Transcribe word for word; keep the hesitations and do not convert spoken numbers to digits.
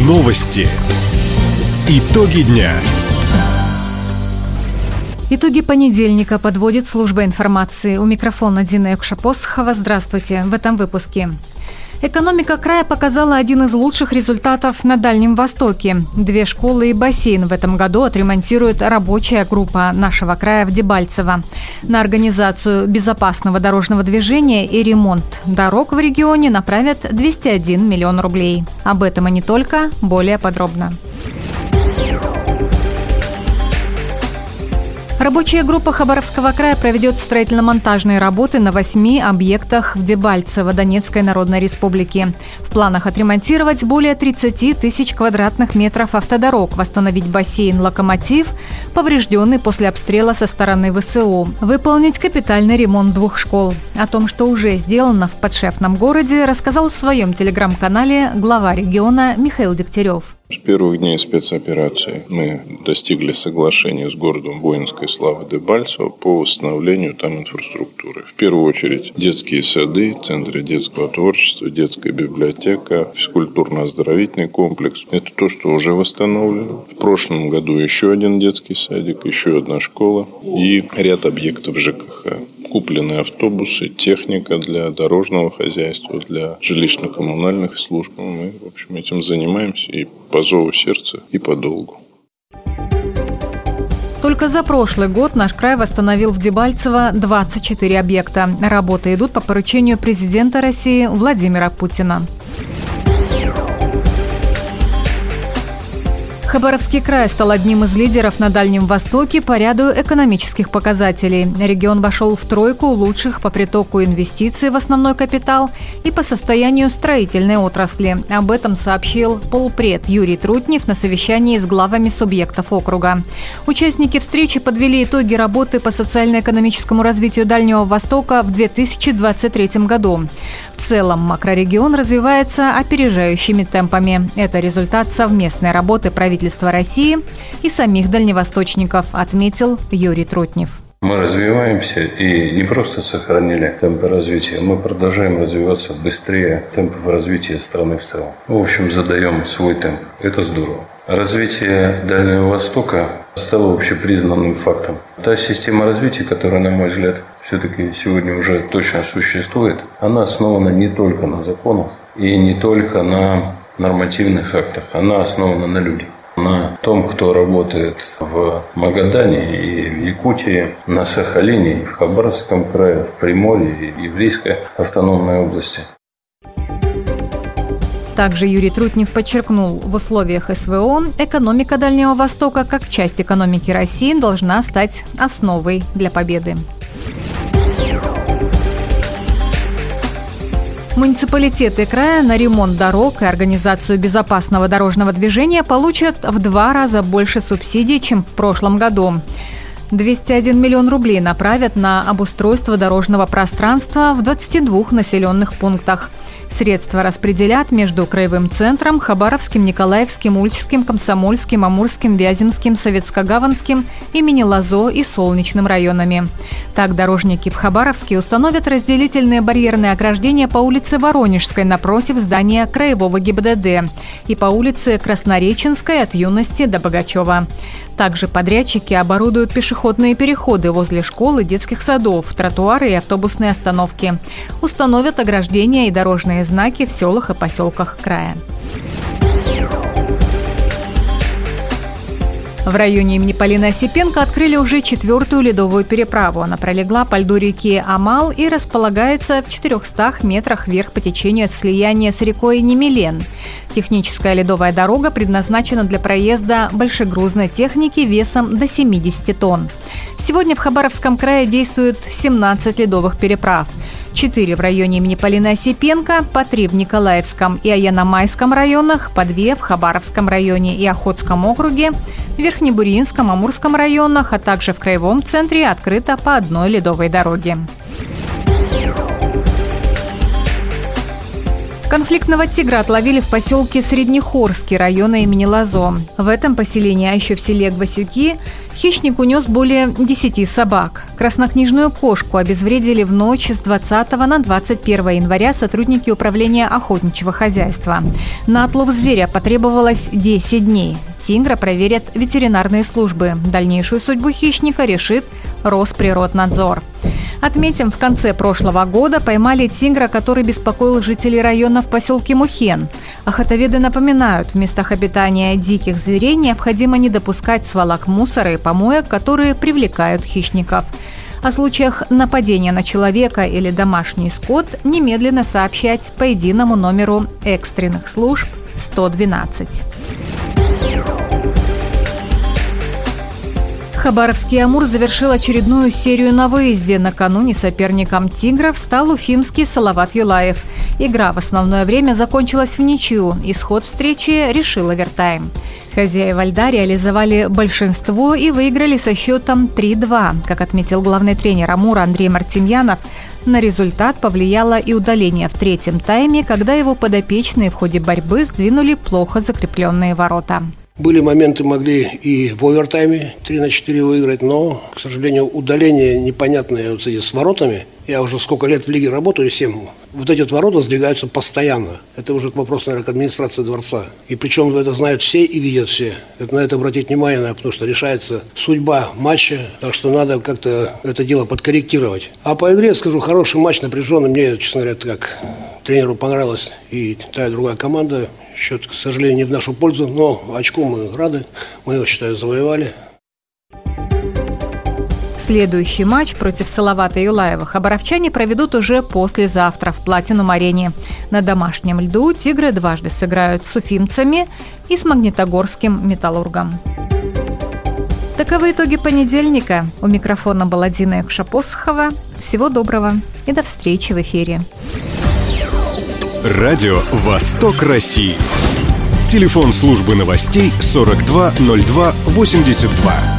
Новости. Итоги дня. Итоги понедельника подводит служба информации. У микрофона Дина Якушапосхова. Здравствуйте. В этом выпуске. Экономика края показала один из лучших результатов на Дальнем Востоке. Две школы и бассейн в этом году отремонтирует рабочая группа нашего края в Дебальцево. На организацию безопасного дорожного движения и ремонт дорог в регионе направят двести один миллион рублей. Об этом и не только, более подробно. Рабочая группа Хабаровского края проведет строительно-монтажные работы на восьми объектах в Дебальцево Донецкой Народной Республики. В планах отремонтировать более тридцати тысяч квадратных метров автодорог, восстановить бассейн «Локомотив», поврежденный после обстрела со стороны ВСУ, выполнить капитальный ремонт двух школ. О том, что уже сделано в подшефном городе, рассказал в своем телеграм-канале глава региона Михаил Дегтярев. С первых дней спецоперации мы достигли соглашения с городом воинской славы Дебальцево по восстановлению там инфраструктуры. В первую очередь детские сады, центры детского творчества, детская библиотека, физкультурно-оздоровительный комплекс. Это то, что уже восстановлено. В прошлом году еще один детский садик, еще одна школа и ряд объектов ЖКХ. Куплены автобусы, техника для дорожного хозяйства, для жилищно-коммунальных служб. Мы, в общем, этим занимаемся и по зову сердца, и по долгу. Только за прошлый год наш край восстановил в Дебальцево двадцать четыре объекта. Работы идут по поручению президента России Владимира Путина. Хабаровский край стал одним из лидеров на Дальнем Востоке по ряду экономических показателей. Регион вошел в тройку лучших по притоку инвестиций в основной капитал и по состоянию строительной отрасли. Об этом сообщил полпред Юрий Трутнев на совещании с главами субъектов округа. Участники встречи подвели итоги работы по социально-экономическому развитию Дальнего Востока в две тысячи двадцать третьем году. В целом макрорегион развивается опережающими темпами. Это результат совместной работы правительства России и самих дальневосточников, отметил Юрий Трутнев. Мы развиваемся и не просто сохранили темпы развития, мы продолжаем развиваться быстрее темпов развития страны в целом. В общем, задаем свой темп. Это здорово. Развитие Дальнего Востока стало общепризнанным фактом. Та система развития, которая, на мой взгляд, все-таки сегодня уже точно существует, она основана не только на законах и не только на нормативных актах, она основана на людях. На том, кто работает в Магадане и в Якутии, на Сахалине, и в Хабаровском крае, в Приморье и в Еврейской автономной области. Также Юрий Трутнев подчеркнул, в условиях СВО экономика Дальнего Востока как часть экономики России должна стать основой для победы. Муниципалитеты края на ремонт дорог и организацию безопасного дорожного движения получат в два раза больше субсидий, чем в прошлом году. двести один миллион рублей направят на обустройство дорожного пространства в двадцати двух населенных пунктах. Средства распределят между Краевым центром, Хабаровским, Николаевским, Ульчским, Комсомольским, Амурским, Вяземским, Советско-Гаванским, имени Лозо и Солнечным районами. Так дорожники в Хабаровске установят разделительные барьерные ограждения по улице Воронежской напротив здания Краевого ГИБДД и по улице Краснореченской от Юности до Богачева. Также подрядчики оборудуют пешеходные переходы возле школ и детских садов, тротуары и автобусные остановки. Установят ограждения и дорожные знаки в селах и поселках края. В районе имени Полины Осипенко открыли уже четвертую ледовую переправу. Она пролегла по льду реки Амал и располагается в четырехстах метрах вверх по течению от слияния с рекой Немелен. Техническая ледовая дорога предназначена для проезда большегрузной техники весом до семидесяти тонн. Сегодня в Хабаровском крае действуют семнадцать ледовых переправ. четыре в районе имени Полины Осипенко, по три в Николаевском и Аяномайском районах, по две в Хабаровском районе и Охотском округе, в Верхнебуринском, Амурском районах, а также в Краевом центре открыто по одной ледовой дороге. Конфликтного тигра отловили в поселке Среднехорский района имени Лозо. В этом поселении, а еще в селе Гвасюки, Хищник унес более десяти собак. Краснокнижную кошку обезвредили в ночь с двадцатого на двадцать первое января сотрудники управления охотничьего хозяйства. На отлов зверя потребовалось десять дней. Тигра проверят ветеринарные службы. Дальнейшую судьбу хищника решит Росприроднадзор. Отметим, в конце прошлого года поймали тигра, который беспокоил жителей района в поселке Мухен. Охотоведы напоминают, в местах обитания диких зверей необходимо не допускать свалок мусора и помоек, которые привлекают хищников. О случаях нападения на человека или домашний скот немедленно сообщать по единому номеру экстренных служб сто двенадцать. Хабаровский «Амур» завершил очередную серию на выезде. Накануне соперником «Тигров» стал уфимский Салават Юлаев. Игра в основное время закончилась в ничью. Исход встречи решил овертайм. Хозяева льда реализовали большинство и выиграли со счетом три-два. Как отметил главный тренер «Амура» Андрей Мартемьянов, на результат повлияло и удаление в третьем тайме, когда его подопечные в ходе борьбы сдвинули плохо закрепленные ворота. Были моменты, могли и в овертайме три на четыре выиграть, но, к сожалению, удаление непонятное вот эти с воротами. Я уже сколько лет в лиге работаю, семь. Вот эти вот ворота сдвигаются постоянно. Это уже вопрос, наверное, к администрации дворца. И причем это знают все и видят все. Это, на это обратить внимание надо, потому что решается судьба матча. Так что надо как-то это дело подкорректировать. А по игре, скажу, хороший матч, напряженный. Мне, честно говоря, как тренеру понравилась и та, и другая команда. Счет, к сожалению, не в нашу пользу, но очку мы рады. Мы его, считаю, завоевали. Следующий матч против Салавата Юлаева хабаровчане проведут уже послезавтра в Платинум-арене. На домашнем льду «Тигры» дважды сыграют с уфимцами и с магнитогорским «Металлургом». Таковы итоги понедельника. У микрофона была Дина Якушапосхова. Всего доброго и до встречи в эфире. Радио «Восток России». Телефон службы новостей сорок два ноль два восемьдесят два.